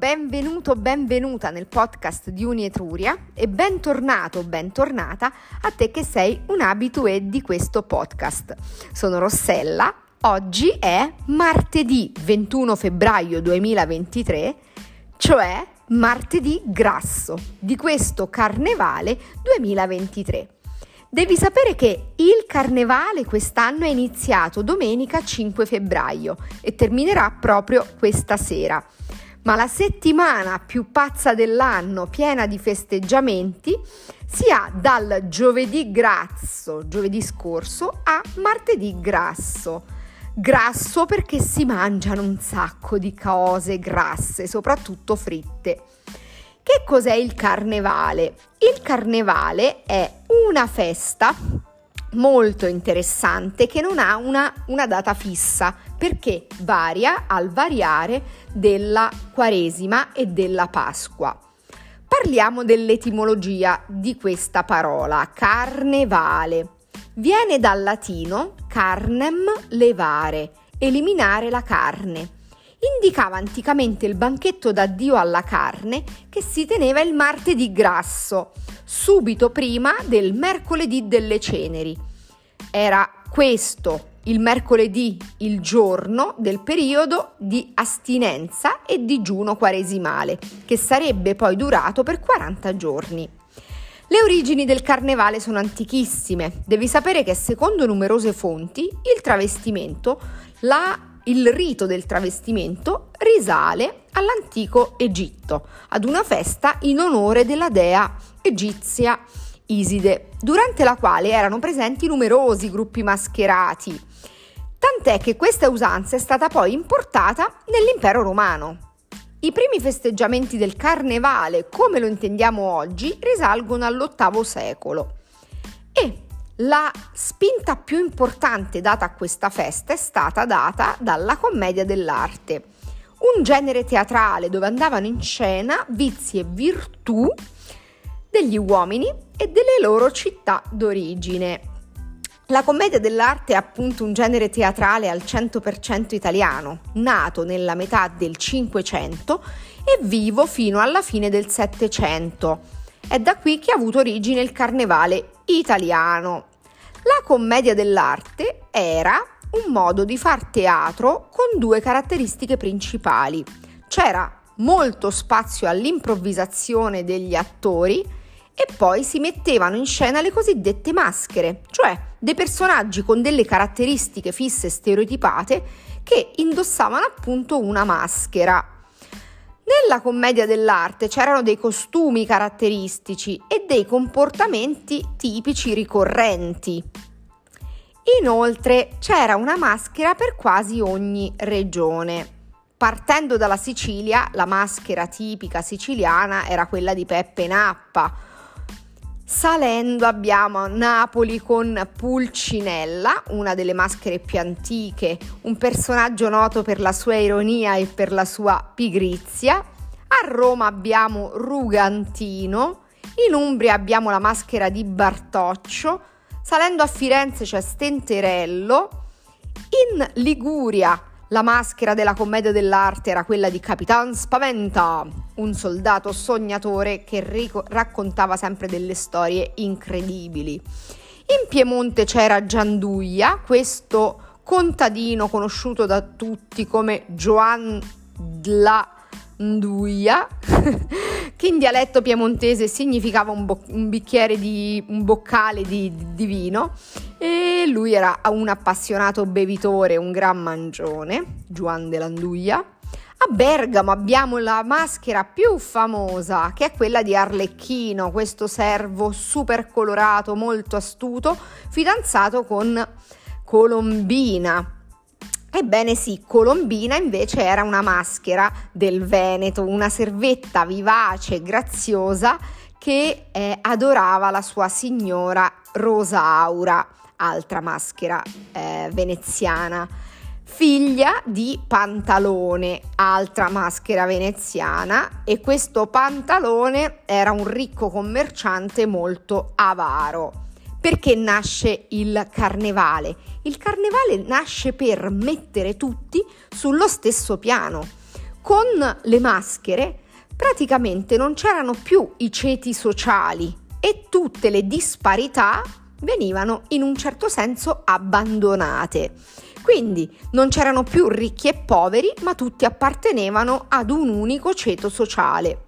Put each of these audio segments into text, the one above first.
benvenuto, benvenuta nel podcast di Unietruria e bentornato, bentornata a te che sei un habitué di questo podcast. Sono Rossella, oggi è martedì 21 febbraio 2023, cioè martedì grasso di questo Carnevale 2023. Devi sapere che il Carnevale quest'anno è iniziato domenica 5 febbraio e terminerà proprio questa sera. Ma la settimana più pazza dell'anno, piena di festeggiamenti, si ha dal giovedì grasso, giovedì scorso, a martedì grasso. Grasso perché si mangiano un sacco di cose grasse, soprattutto fritte. Che cos'è il Carnevale? Il Carnevale è una festa molto interessante che non ha una data fissa perché varia al variare della Quaresima e della Pasqua. Parliamo dell'etimologia di questa parola, Carnevale. Viene dal latino carnem levare, eliminare la carne. Indicava anticamente il banchetto d'addio alla carne che si teneva il martedì grasso, subito prima del mercoledì delle ceneri. Era questo il mercoledì il giorno del periodo di astinenza e digiuno quaresimale, che sarebbe poi durato per 40 giorni. Le origini del Carnevale sono antichissime. Devi sapere che secondo numerose fonti il rito del travestimento risale all'antico Egitto, ad una festa in onore della dea egizia Iside, durante la quale erano presenti numerosi gruppi mascherati, tant'è che questa usanza è stata poi importata nell'impero romano. I primi festeggiamenti del Carnevale, come lo intendiamo oggi, risalgono all'VIII secolo e la spinta più importante data a questa festa è stata data dalla commedia dell'arte, un genere teatrale dove andavano in scena vizi e virtù degli uomini e delle loro città d'origine. La commedia dell'arte è appunto un genere teatrale al 100% italiano, nato nella metà del Cinquecento e vivo fino alla fine del Settecento. È da qui che ha avuto origine il Carnevale italiano. La commedia dell'arte era un modo di far teatro con due caratteristiche principali. C'era molto spazio all'improvvisazione degli attori e poi si mettevano in scena le cosiddette maschere, cioè dei personaggi con delle caratteristiche fisse stereotipate che indossavano appunto una maschera. Nella commedia dell'arte c'erano dei costumi caratteristici e dei comportamenti tipici ricorrenti. Inoltre c'era una maschera per quasi ogni regione. Partendo dalla Sicilia, la maschera tipica siciliana era quella di Peppe Nappa. Salendo abbiamo Napoli con Pulcinella, una delle maschere più antiche, un personaggio noto per la sua ironia e per la sua pigrizia. A Roma abbiamo Rugantino, in Umbria abbiamo la maschera di Bartoccio, salendo a Firenze c'è Stenterello, in Liguria la maschera della commedia dell'arte era quella di Capitan Spaventa, un soldato sognatore che raccontava sempre delle storie incredibili. In Piemonte c'era Gianduia, questo contadino conosciuto da tutti come Gioan la Nduia, che in dialetto piemontese significava un boccale di vino, e lui era un appassionato bevitore, un gran mangione, Gioan de l'Anduia. A Bergamo abbiamo la maschera più famosa, che è quella di Arlecchino, questo servo super colorato, molto astuto, fidanzato con Colombina. Ebbene sì, Colombina invece era una maschera del Veneto, una servetta vivace e graziosa che adorava la sua signora Rosaura, altra maschera veneziana. Figlia di Pantalone, altra maschera veneziana, e questo Pantalone era un ricco commerciante molto avaro. Perché nasce il Carnevale? Il Carnevale nasce per mettere tutti sullo stesso piano. Con le maschere praticamente non c'erano più i ceti sociali e tutte le disparità venivano in un certo senso abbandonate. Quindi non c'erano più ricchi e poveri, ma tutti appartenevano ad un unico ceto sociale.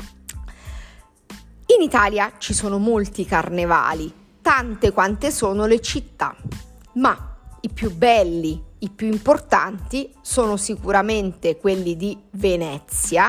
In Italia ci sono molti carnevali, tante quante sono le città, ma i più belli, i più importanti sono sicuramente quelli di Venezia,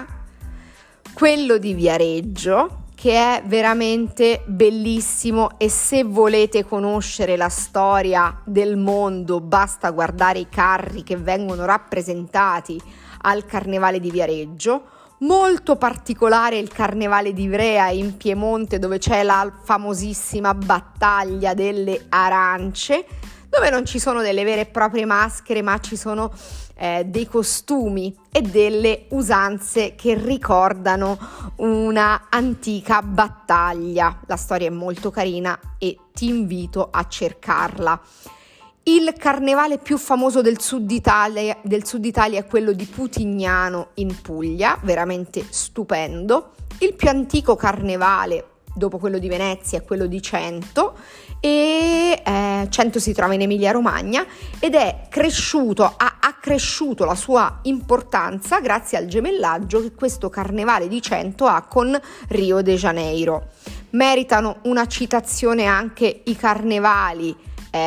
quello di Viareggio, che è veramente bellissimo, e se volete conoscere la storia del mondo basta guardare i carri che vengono rappresentati al Carnevale di Viareggio. Molto particolare il Carnevale di Ivrea in Piemonte, dove c'è la famosissima battaglia delle arance, dove non ci sono delle vere e proprie maschere, ma ci sono dei costumi e delle usanze che ricordano una antica battaglia. La storia è molto carina e ti invito a cercarla. Il carnevale più famoso del Sud Italia è quello di Putignano in Puglia, veramente stupendo. Il più antico carnevale, dopo quello di Venezia, è quello di Cento, e Cento si trova in Emilia-Romagna ed ha cresciuto la sua importanza grazie al gemellaggio che questo carnevale di Cento ha con Rio de Janeiro. Meritano una citazione anche i carnevali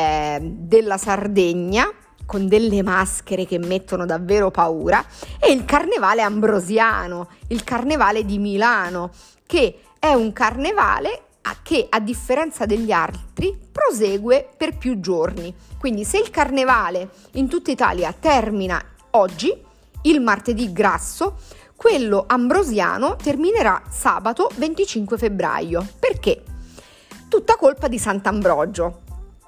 della Sardegna, con delle maschere che mettono davvero paura, e il carnevale ambrosiano, il carnevale di Milano, che è un carnevale che, a differenza degli altri, prosegue per più giorni. Quindi se il carnevale in tutta Italia termina oggi, il martedì grasso, quello ambrosiano terminerà sabato 25 febbraio. Perché? Tutta colpa di Sant'Ambrogio,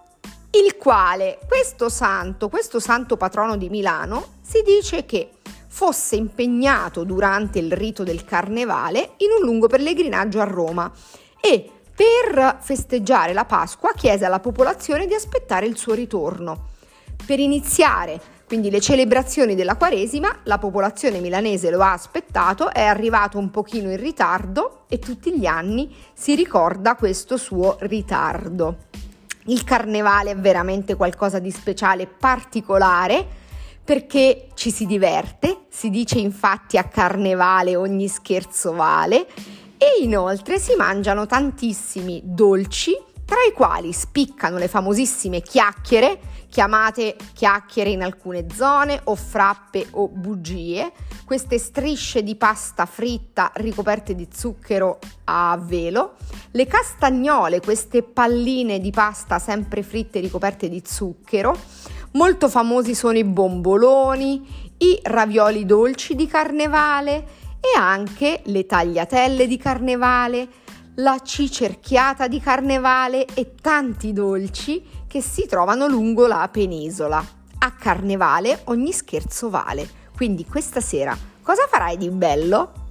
il quale, questo santo patrono di Milano, si dice che fosse impegnato durante il rito del carnevale in un lungo pellegrinaggio a Roma e per festeggiare la Pasqua chiese alla popolazione di aspettare il suo ritorno. Per iniziare quindi le celebrazioni della Quaresima, la popolazione milanese lo ha aspettato, è arrivato un pochino in ritardo e tutti gli anni si ricorda questo suo ritardo. Il carnevale è veramente qualcosa di speciale, particolare, perché ci si diverte, si dice infatti a carnevale ogni scherzo vale, e inoltre si mangiano tantissimi dolci, tra i quali spiccano le famosissime chiacchiere, chiamate chiacchiere in alcune zone, o frappe o bugie, queste strisce di pasta fritta ricoperte di zucchero a velo, le castagnole, queste palline di pasta sempre fritte ricoperte di zucchero. Molto famosi sono i bomboloni, i ravioli dolci di carnevale e anche le tagliatelle di carnevale, la cicerchiata di carnevale e tanti dolci che si trovano lungo la penisola. A carnevale ogni scherzo vale. Quindi questa sera cosa farai di bello?